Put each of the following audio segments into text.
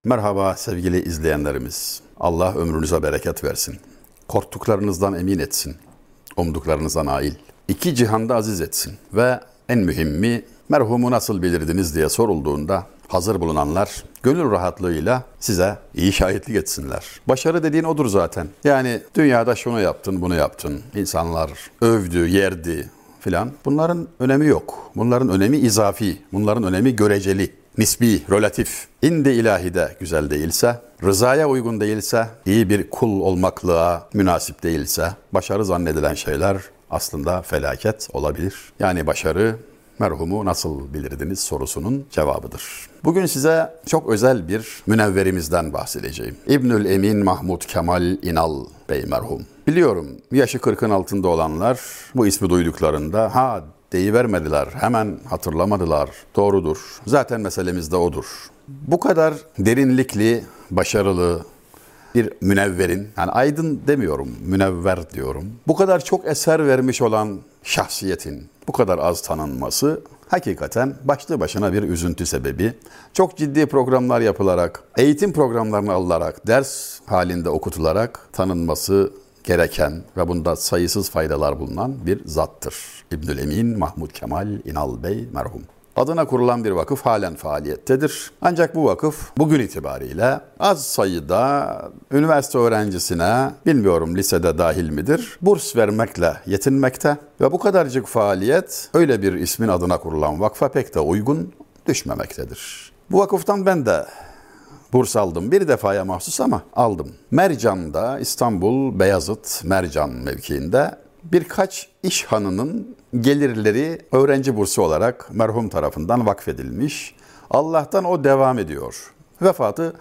Merhaba sevgili izleyenlerimiz. Allah ömrünüze bereket versin. Korktuklarınızdan emin etsin. Umduklarınıza nail. İki cihanda aziz etsin. Ve en mühimi merhumu nasıl bilirdiniz diye sorulduğunda hazır bulunanlar gönül rahatlığıyla size iyi şahitlik etsinler. Başarı dediğin odur zaten. Yani dünyada şunu yaptın, bunu yaptın. İnsanlar övdü, yerdi filan. Bunların önemi yok. Bunların önemi izafi. Bunların önemi göreceli. Nisbi, relatif. İndi ilahide güzel değilse, rızaya uygun değilse, iyi bir kul olmaklığa münasip değilse, başarı zannedilen şeyler aslında felaket olabilir. Yani başarı, merhumu nasıl bilirdiniz sorusunun cevabıdır. Bugün size çok özel bir münevverimizden bahsedeceğim. İbnül Emin Mahmud Kemal İnal Bey merhum. Biliyorum yaşı 40'ın altında olanlar bu ismi duyduklarında deyivermediler, hemen hatırlamadılar. Doğrudur. Zaten meselemiz de odur. Bu kadar derinlikli, başarılı bir münevverin, yani aydın demiyorum, münevver diyorum. Bu kadar çok eser vermiş olan şahsiyetin bu kadar az tanınması hakikaten başlı başına bir üzüntü sebebi. Çok ciddi programlar yapılarak, eğitim programlarına alınarak, ders halinde okutularak tanınması gereken ve bunda sayısız faydalar bulunan bir zattır. İbnül Emin Mahmud Kemal İnal Bey merhum. Adına kurulan bir vakıf halen faaliyettedir. Ancak bu vakıf bugün itibariyle az sayıda üniversite öğrencisine, bilmiyorum lisede dahil midir, burs vermekle yetinmekte ve bu kadarcık faaliyet öyle bir ismin adına kurulan vakfa pek de uygun düşmemektedir. Bu vakıftan ben de burs aldım. Bir defaya mahsus ama aldım. Mercan'da, İstanbul Beyazıt Mercan mevkiinde birkaç iş hanının gelirleri öğrenci bursu olarak merhum tarafından vakfedilmiş. Allah'tan o devam ediyor. Vefatı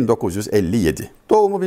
1957. Doğumu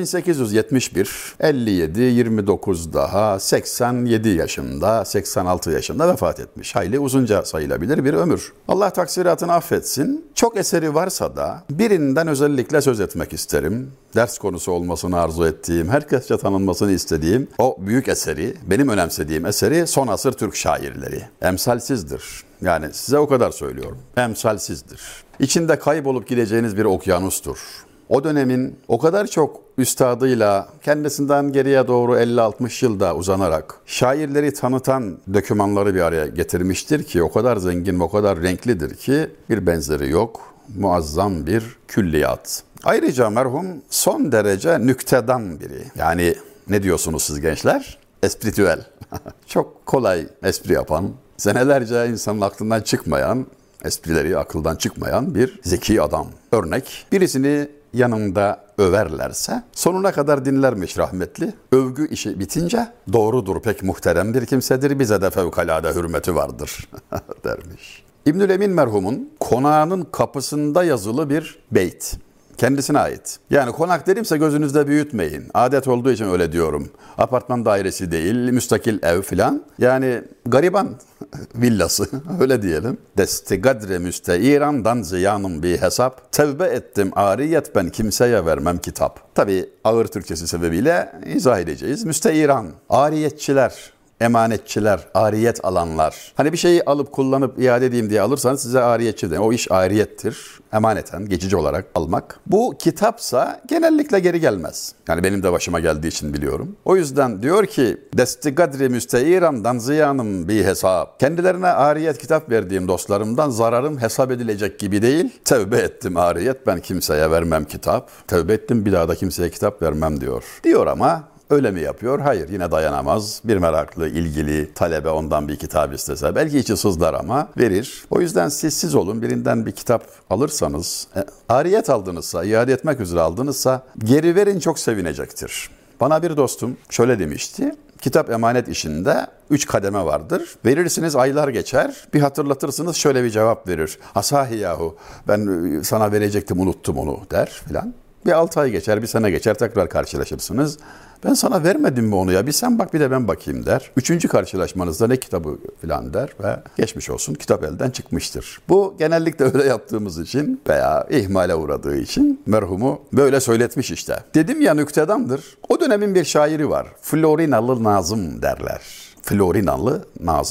1871, 57, 29 daha, 87 yaşında, 86 yaşında vefat etmiş. Hayli uzunca sayılabilir bir ömür. Allah taksiratını affetsin. Çok eseri varsa da birinden özellikle söz etmek isterim. Ders konusu olmasını arzu ettiğim, herkesçe tanınmasını istediğim o büyük eseri, benim önemsediğim eseri son asır Türk şairleri. Emsalsizdir. Yani size o kadar söylüyorum. Emsalsizdir. İçinde kaybolup gideceğiniz bir okyanustur. O dönemin o kadar çok üstadıyla kendisinden geriye doğru 50-60 yılda uzanarak şairleri tanıtan dokümanları bir araya getirmiştir ki o kadar zengin ve o kadar renklidir ki bir benzeri yok. Muazzam bir külliyat. Ayrıca merhum son derece nüktedan biri. Yani ne diyorsunuz siz gençler? Espritüel. Çok kolay espri yapan, senelerce insanın aklından çıkmayan, esprileri akıldan çıkmayan bir zeki adam. Örnek, birisini yanında överlerse sonuna kadar dinlermiş rahmetli. Övgü işi bitince doğrudur pek muhterem bir kimsedir, bize de fevkalade hürmeti vardır dermiş. İbnül Emin merhumun konağının kapısında yazılı bir beyt. Kendisine ait. Yani konak dedimse gözünüzde büyütmeyin. Adet olduğu için öyle diyorum. Apartman dairesi değil, müstakil ev filan. Yani gariban villası öyle diyelim. Desti gadre müsteirandan ziyanım bir hesap. Tevbe ettim ariyet ben kimseye vermem kitap. Tabii ağır Türkçesi sebebiyle izah edeceğiz. Müsteiran, ariyetçiler. Emanetçiler, ariyet alanlar. Hani bir şeyi alıp kullanıp iade edeyim diye alırsanız size ariyetçi deyin. O iş ariyettir. Emaneten, geçici olarak almak. Bu kitapsa genellikle geri gelmez. Yani benim de başıma geldiği için biliyorum. O yüzden diyor ki desti gadri müsteirandan ziyanım bir hesap. Kendilerine ariyet kitap verdiğim dostlarımdan zararım hesap edilecek gibi değil. Tevbe ettim ariyet ben kimseye vermem kitap. Tevbe ettim bir daha da kimseye kitap vermem diyor. Diyor ama öyle mi yapıyor? Hayır, yine dayanamaz. Bir meraklı, ilgili talebe ondan bir kitap istese belki içi sızlar ama verir. O yüzden siz olun, birinden bir kitap alırsanız, ariyet aldınızsa, iade etmek üzere aldınızsa geri verin, çok sevinecektir. Bana bir dostum şöyle demişti. Kitap emanet işinde 3 kademe vardır. Verirsiniz, aylar geçer. Bir hatırlatırsınız, şöyle bir cevap verir. Sahi yahu ben sana verecektim, unuttum onu der filan. Bir 6 ay geçer, bir sene geçer, tekrar karşılaşırsınız. Ben sana vermedim mi onu ya? Bir sen bak bir de ben bakayım der. 3. karşılaşmanızda ne kitabı filan der ve geçmiş olsun kitap elden çıkmıştır. Bu genellikle öyle yaptığımız için veya ihmale uğradığı için merhumu böyle söyletmiş işte. Dedim ya nüktedandır. O dönemin bir şairi var. Florinalı Nazım derler. Florinalı Nazım.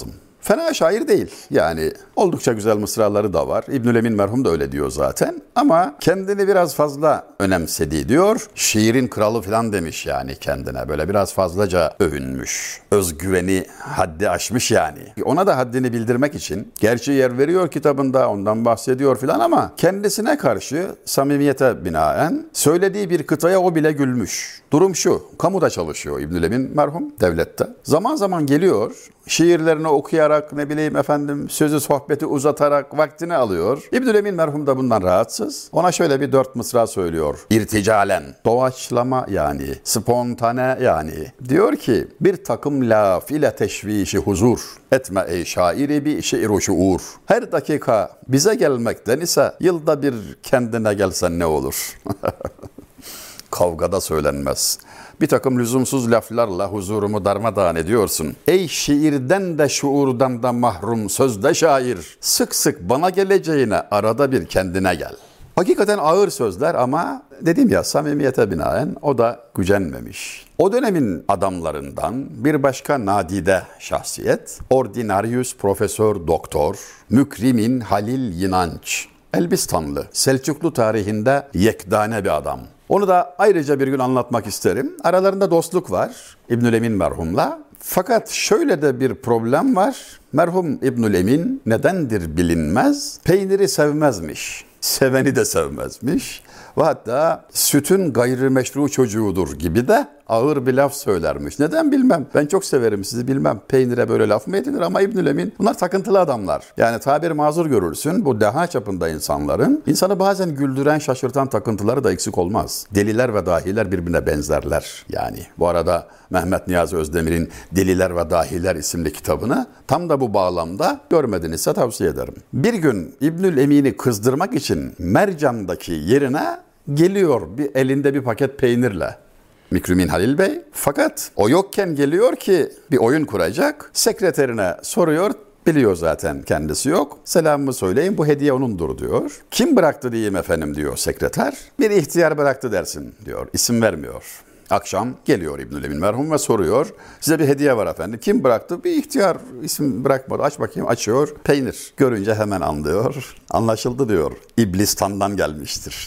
Fena şair değil. Yani oldukça güzel mısraları da var. İbnül Emin merhum da öyle diyor zaten. Ama kendini biraz fazla önemsediği diyor. Şiirin kralı falan demiş yani kendine. Böyle biraz fazlaca övünmüş. Özgüveni haddi aşmış yani. Ona da haddini bildirmek için gerçi yer veriyor kitabında, ondan bahsediyor falan ama kendisine karşı samimiyete binaen söylediği bir kıtaya o bile gülmüş. Durum şu, kamuda çalışıyor İbnül Emin merhum, devlette. Zaman zaman geliyor, şiirlerini okuyarak, ne bileyim efendim, sözü sohbeti uzatarak vaktini alıyor. İbnül Emin merhum da bundan rahatsız. Ona şöyle bir 4 mısra söylüyor. İrticalen, doğaçlama yani, spontane yani. Diyor ki, bir takım laf ile teşvişi huzur etme ey şairi bi şiiru şuur. Her dakika bize gelmekten ise yılda bir kendine gelsen ne olur? Kavgada söylenmez. Bir takım lüzumsuz laflarla huzurumu darmadağın ediyorsun. Ey şiirden de şuurdan da mahrum sözde şair. Sık sık bana geleceğine arada bir kendine gel. Hakikaten ağır sözler ama dedim ya samimiyete binaen o da gücenmemiş. O dönemin adamlarından bir başka nadide şahsiyet, Ordinarius Profesör Doktor Mükrimin Halil Yinanç. Elbistanlı, Selçuklu tarihinde yekdane bir adam. Onu da ayrıca bir gün anlatmak isterim. Aralarında dostluk var İbnül Emin merhumla. Fakat şöyle de bir problem var. Merhum İbnül Emin nedendir bilinmez, peyniri sevmezmiş. Seveni de sevmezmiş. Ve hatta sütün gayrimeşru çocuğudur gibi de ağır bir laf söylermiş. Neden bilmem. Ben çok severim sizi bilmem. Peynire böyle laf mı edilir ama İbnül Emin bunlar takıntılı adamlar. Yani tabir mazur görürsün. Bu deha çapında insanların insanı bazen güldüren, şaşırtan takıntıları da eksik olmaz. Deliler ve dahiler birbirine benzerler. Yani bu arada Mehmet Niyazi Özdemir'in Deliler ve Dahiler isimli kitabını tam da bu bağlamda görmedinizse tavsiye ederim. Bir gün İbnül Emin'i kızdırmak için Mercan'daki yerine geliyor bir elinde bir paket peynirle. Mükrimin Halil Bey. Fakat o yokken geliyor ki bir oyun kuracak. Sekreterine soruyor. Biliyor zaten kendisi yok. Selamımı söyleyin bu hediye onundur diyor. Kim bıraktı diyeyim efendim diyor sekreter. Bir ihtiyar bıraktı dersin diyor. İsim vermiyor. Akşam geliyor İbnül Emin merhum ve soruyor. Size bir hediye var efendim. Kim bıraktı? Bir ihtiyar isim bırakmadı. Aç bakayım açıyor. Peynir. Görünce hemen anlıyor. Anlaşıldı diyor. İblistan'dan gelmiştir.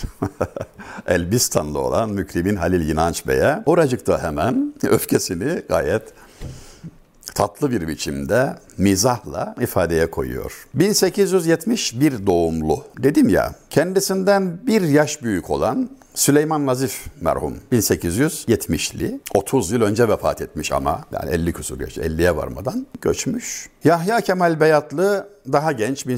Elbistanlı olan Mükrimin Halil Yinanç Bey'e oracıkta hemen öfkesini gayet tatlı bir biçimde mizahla ifadeye koyuyor. 1871 doğumlu dedim ya, kendisinden bir yaş büyük olan Süleyman Nazif merhum 1870'li 30 yıl önce vefat etmiş ama yani 50 küsur yaş 50'ye varmadan göçmüş. Yahya Kemal Beyatlı daha genç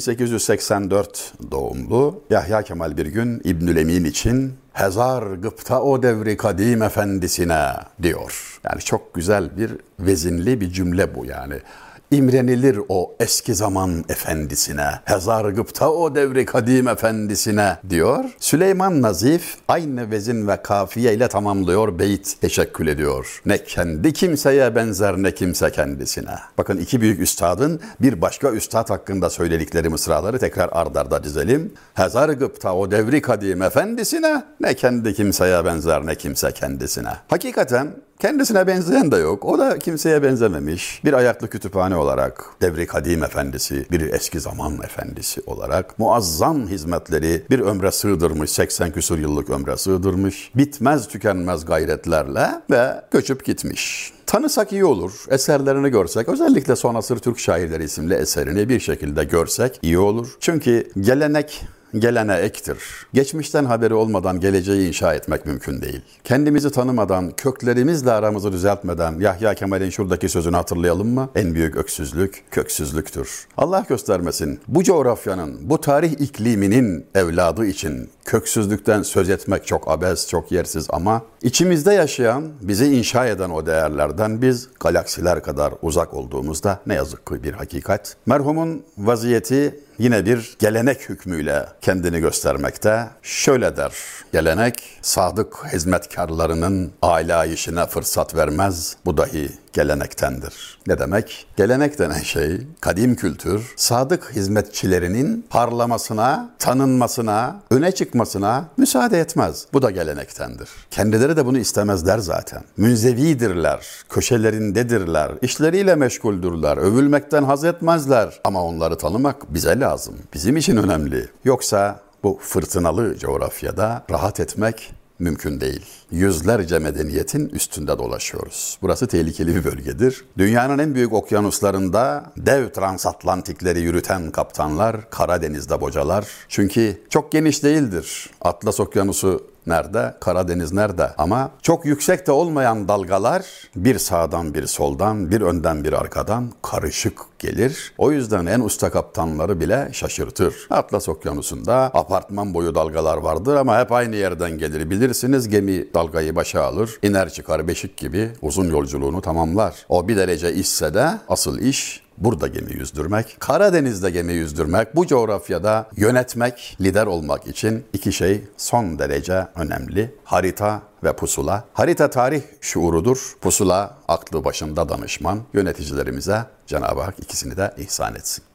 1884 doğumlu. Yahya Kemal bir gün İbnül Emin için hezar gıpta o devri kadim efendisine diyor. Yani çok güzel bir vezinli bir cümle bu yani. İmrenilir o eski zaman efendisine, hezar gıpta o devri kadim efendisine diyor. Süleyman Nazif aynı vezin ve kafiye ile tamamlıyor, beyit teşekkül ediyor. Ne kendi kimseye benzer ne kimse kendisine. Bakın iki büyük üstadın bir başka üstad hakkında söyledikleri mısraları tekrar ard arda dizelim. Hezar gıpta o devri kadim efendisine, ne kendi kimseye benzer ne kimse kendisine. Hakikaten kendisine benzeyen de yok. O da kimseye benzememiş. Bir ayaklı kütüphane olarak, devri kadim efendisi, bir eski zaman efendisi olarak muazzam hizmetleri bir ömre sığdırmış, 80 küsur yıllık ömre sığdırmış. Bitmez tükenmez gayretlerle ve göçüp gitmiş. Tanısak iyi olur, eserlerini görsek, özellikle Son Asır Türk Şairleri isimli eserini bir şekilde görsek iyi olur. Çünkü gelenek gelene ektir. Geçmişten haberi olmadan geleceği inşa etmek mümkün değil. Kendimizi tanımadan, köklerimizle aramızı düzeltmeden Yahya Kemal'in şuradaki sözünü hatırlayalım mı? En büyük öksüzlük, köksüzlüktür. Allah göstermesin, bu coğrafyanın, bu tarih ikliminin evladı için köksüzlükten söz etmek çok abes, çok yersiz ama içimizde yaşayan, bizi inşa eden o değerlerden biz galaksiler kadar uzak olduğumuzda ne yazık ki bir hakikat. Merhumun vaziyeti yine bir gelenek hükmüyle kendini göstermekte. Şöyle der gelenek, sadık hizmetkarlarının alayişine fırsat vermez, bu dahi gelenektendir. Ne demek? Gelenek denen şey, kadim kültür, sadık hizmetçilerinin parlamasına, tanınmasına, öne çıkmasına müsaade etmez. Bu da gelenektendir. Kendileri de bunu istemezler zaten. Münzevidirler, köşelerindedirler, işleriyle meşguldürler, övülmekten haz etmezler. Ama onları tanımak bize lazım. Bizim için önemli. Yoksa bu fırtınalı coğrafyada rahat etmek mümkün değil. Yüzlerce medeniyetin üstünde dolaşıyoruz. Burası tehlikeli bir bölgedir. Dünyanın en büyük okyanuslarında dev transatlantikleri yürüten kaptanlar Karadeniz'de bocalar. Çünkü çok geniş değildir. Atlas Okyanusu nerede? Karadeniz nerede? Ama çok yüksek de olmayan dalgalar bir sağdan bir soldan, bir önden bir arkadan karışık gelir. O yüzden en usta kaptanları bile şaşırtır. Atlas Okyanusu'nda apartman boyu dalgalar vardır ama hep aynı yerden gelir. Bilirsiniz, gemi dalgayı başa alır, iner çıkar beşik gibi uzun yolculuğunu tamamlar. O bir derece işse de asıl iş burada gemi yüzdürmek, Karadeniz'de gemi yüzdürmek, bu coğrafyada yönetmek, lider olmak için iki şey son derece önemli. Harita ve pusula. Harita tarih şuurudur. Pusula aklı başında danışman. Yöneticilerimize Cenab-ı Hak ikisini de ihsan etsin.